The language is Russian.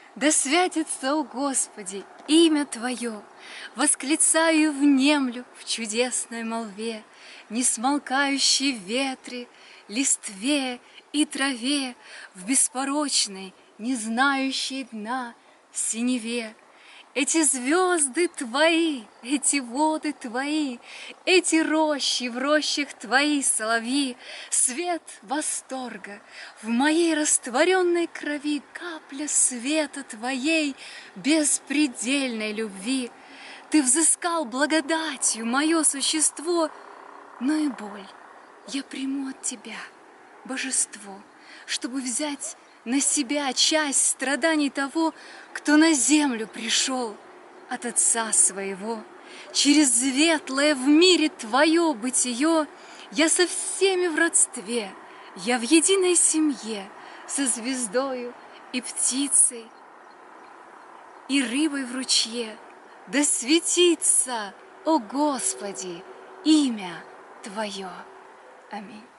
Да святится, о Господи, имя Твое, восклицаю и внемлю в чудесной молве, не смолкающей в ветре, листве и траве, в беспорочной, не знающей дна синеве. Эти звезды Твои, эти воды Твои, эти рощи, в рощах Твои соловьи, свет восторга в моей растворенной крови, капля света Твоей беспредельной любви. Ты взыскал благодатью мое существо, но и боль я приму от Тебя, божество, чтобы взять на себя часть страданий того, кто на землю пришел от Отца Своего. Через светлое в мире Твое бытие я со всеми в родстве, я в единой семье со звездою и птицей, и рыбой в ручье. Да светится, о Господи, имя Твое. Аминь.